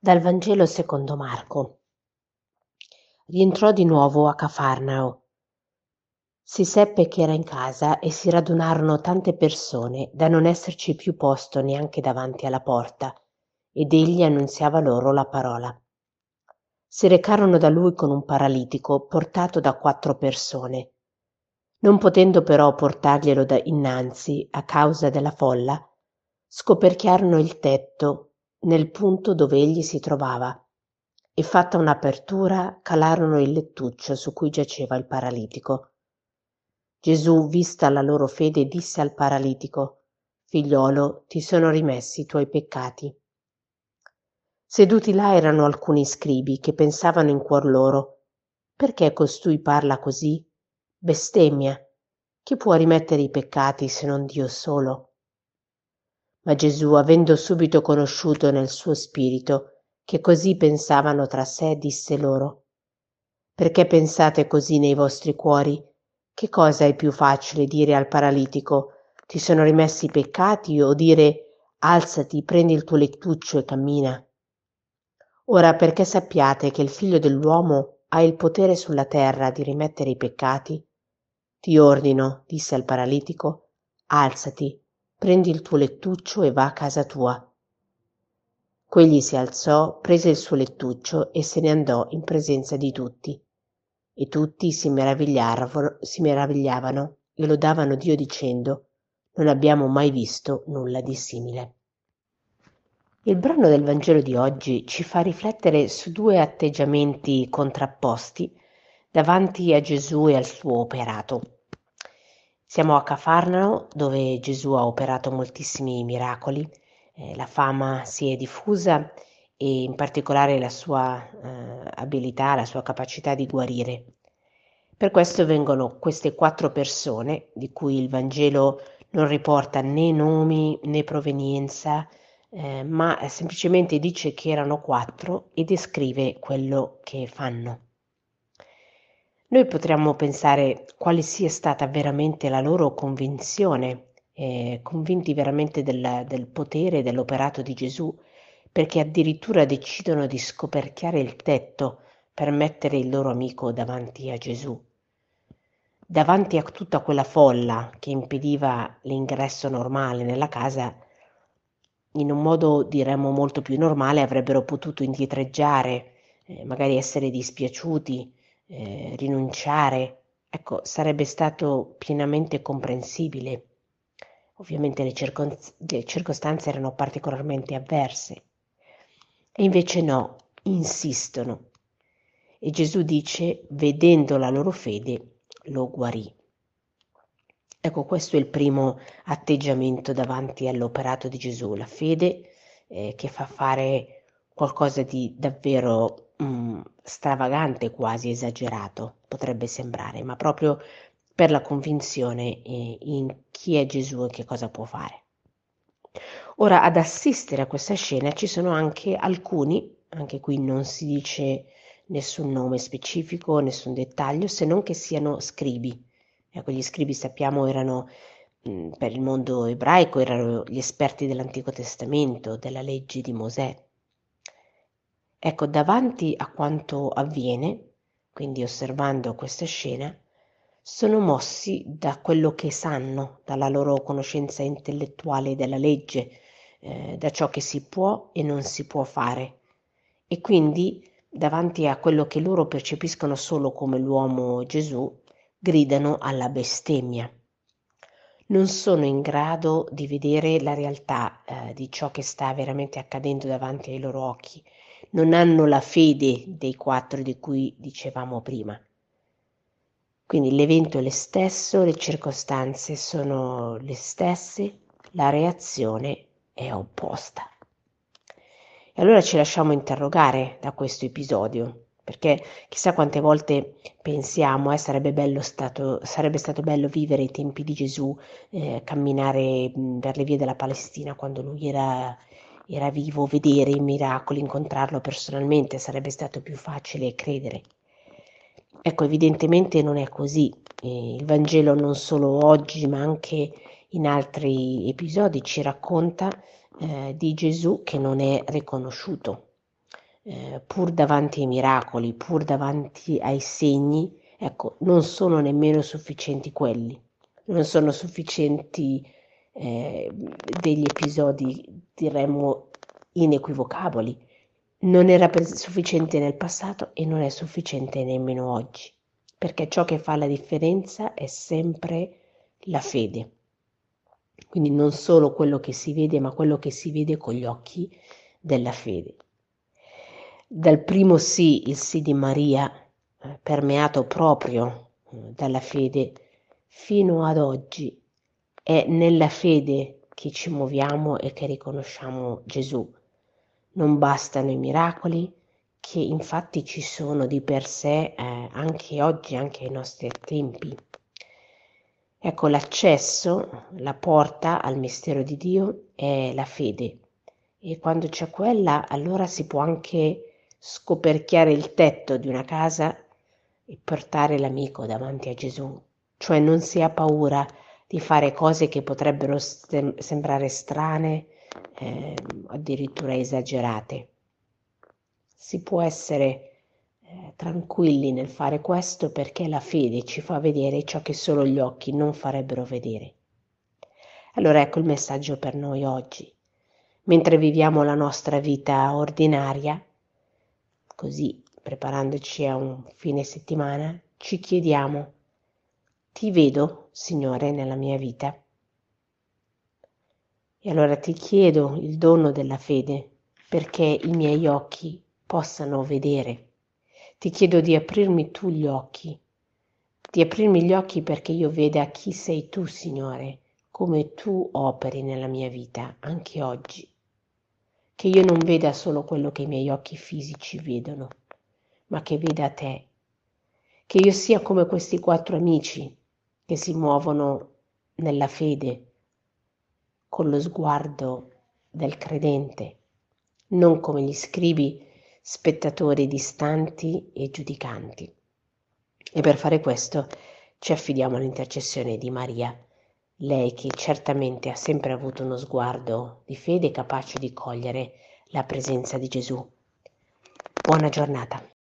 Dal Vangelo secondo Marco. Rientrò di nuovo a Cafarnao. Si seppe che era in casa e si radunarono tante persone da non esserci più posto neanche davanti alla porta, ed egli annunziava loro la parola. Si recarono da lui con un paralitico portato da 4 persone. Non potendo però portarglielo innanzi a causa della folla, scoperchiarono il tetto nel punto dove egli si trovava e, fatta un'apertura, calarono il lettuccio su cui giaceva il paralitico. Gesù, vista la loro fede, disse al paralitico: «Figliolo, ti sono rimessi i tuoi peccati». Seduti là erano alcuni scribi che pensavano in cuor loro: «Perché costui parla così? Bestemmia! Chi può rimettere i peccati se non Dio solo?» Ma Gesù, avendo subito conosciuto nel suo spirito che così pensavano tra sé, disse loro: «Perché pensate così nei vostri cuori? Che cosa è più facile, dire al paralitico: ti sono rimessi i peccati, o dire: alzati, prendi il tuo lettuccio e cammina? Ora, perché sappiate che il Figlio dell'uomo ha il potere sulla terra di rimettere i peccati, ti ordino, disse al paralitico, alzati, prendi il tuo lettuccio e va a casa tua. Quegli si alzò, prese il suo lettuccio e se ne andò in presenza di tutti. E tutti si meravigliavano e lodavano Dio dicendo: non abbiamo mai visto nulla di simile. Il brano del Vangelo di oggi ci fa riflettere su 2 atteggiamenti contrapposti davanti a Gesù e al suo operato. Siamo a Cafarnao, dove Gesù ha operato moltissimi miracoli, la fama si è diffusa e in particolare la sua abilità, la sua capacità di guarire. Per questo vengono queste 4 persone, di cui il Vangelo non riporta né nomi né provenienza, ma semplicemente dice che erano 4 e descrive quello che fanno. Noi potremmo pensare quale sia stata veramente la loro convinzione, convinti veramente del potere e dell'operato di Gesù, perché addirittura decidono di scoperchiare il tetto per mettere il loro amico davanti a Gesù. Davanti a tutta quella folla che impediva l'ingresso normale nella casa, in un modo diremmo molto più normale avrebbero potuto indietreggiare, magari essere dispiaciuti, rinunciare. Ecco, sarebbe stato pienamente comprensibile. Ovviamente le circostanze erano particolarmente avverse. E invece no, insistono. E Gesù dice: vedendo la loro fede, lo guarì. Ecco, questo è il primo atteggiamento davanti all'operato di Gesù, la fede che fa fare qualcosa di davvero stravagante, quasi esagerato, potrebbe sembrare, ma proprio per la convinzione in chi è Gesù e che cosa può fare. Ora, ad assistere a questa scena ci sono anche alcuni, anche qui non si dice nessun nome specifico, nessun dettaglio, se non che siano scribi. Ecco, gli scribi sappiamo erano, per il mondo ebraico, erano gli esperti dell'Antico Testamento, della legge di Mosè. Ecco, davanti a quanto avviene, quindi osservando questa scena, sono mossi da quello che sanno, dalla loro conoscenza intellettuale della legge, da ciò che si può e non si può fare. E quindi, davanti a quello che loro percepiscono solo come l'uomo Gesù, gridano alla bestemmia. Non sono in grado di vedere la realtà di ciò che sta veramente accadendo davanti ai loro occhi. Non hanno la fede dei 4 di cui dicevamo prima. Quindi l'evento è lo stesso, le circostanze sono le stesse, la reazione è opposta. E allora ci lasciamo interrogare da questo episodio, perché chissà quante volte pensiamo, sarebbe stato bello vivere i tempi di Gesù, camminare per le vie della Palestina quando lui era vivo, vedere i miracoli, incontrarlo personalmente, sarebbe stato più facile credere. Ecco, evidentemente non è così. Il Vangelo non solo oggi, ma anche in altri episodi ci racconta di Gesù che non è riconosciuto. pur davanti ai miracoli, pur davanti ai segni, ecco, non sono nemmeno sufficienti quelli, non sono sufficienti degli episodi, diremmo, inequivocabili. Non era sufficiente nel passato e non è sufficiente nemmeno oggi, perché ciò che fa la differenza è sempre la fede. Quindi non solo quello che si vede, ma quello che si vede con gli occhi della fede. Dal primo sì, il sì di Maria, permeato proprio dalla fede, fino ad oggi è nella fede che ci muoviamo e che riconosciamo Gesù. Non bastano i miracoli, che infatti ci sono di per sé anche oggi, anche ai nostri tempi. Ecco, l'accesso, la porta al mistero di Dio è la fede, e quando c'è quella, allora si può anche scoperchiare il tetto di una casa e portare l'amico davanti a Gesù. Cioè non si ha paura di fare cose che potrebbero sembrare strane, addirittura esagerate. Si può essere tranquilli nel fare questo, perché la fede ci fa vedere ciò che solo gli occhi non farebbero vedere. Allora ecco il messaggio per noi oggi. Mentre viviamo la nostra vita ordinaria, così preparandoci a un fine settimana, ci chiediamo: ti vedo, Signore, nella mia vita? E allora ti chiedo il dono della fede, perché i miei occhi possano vedere. Ti chiedo di aprirmi tu gli occhi, di aprirmi gli occhi perché io veda chi sei tu, Signore, come tu operi nella mia vita, anche oggi. Che io non veda solo quello che i miei occhi fisici vedono, ma che veda te. Che io sia come questi 4 amici che si muovono nella fede, con lo sguardo del credente, non come gli scribi, spettatori distanti e giudicanti. E per fare questo ci affidiamo all'intercessione di Maria, lei che certamente ha sempre avuto uno sguardo di fede capace di cogliere la presenza di Gesù. Buona giornata.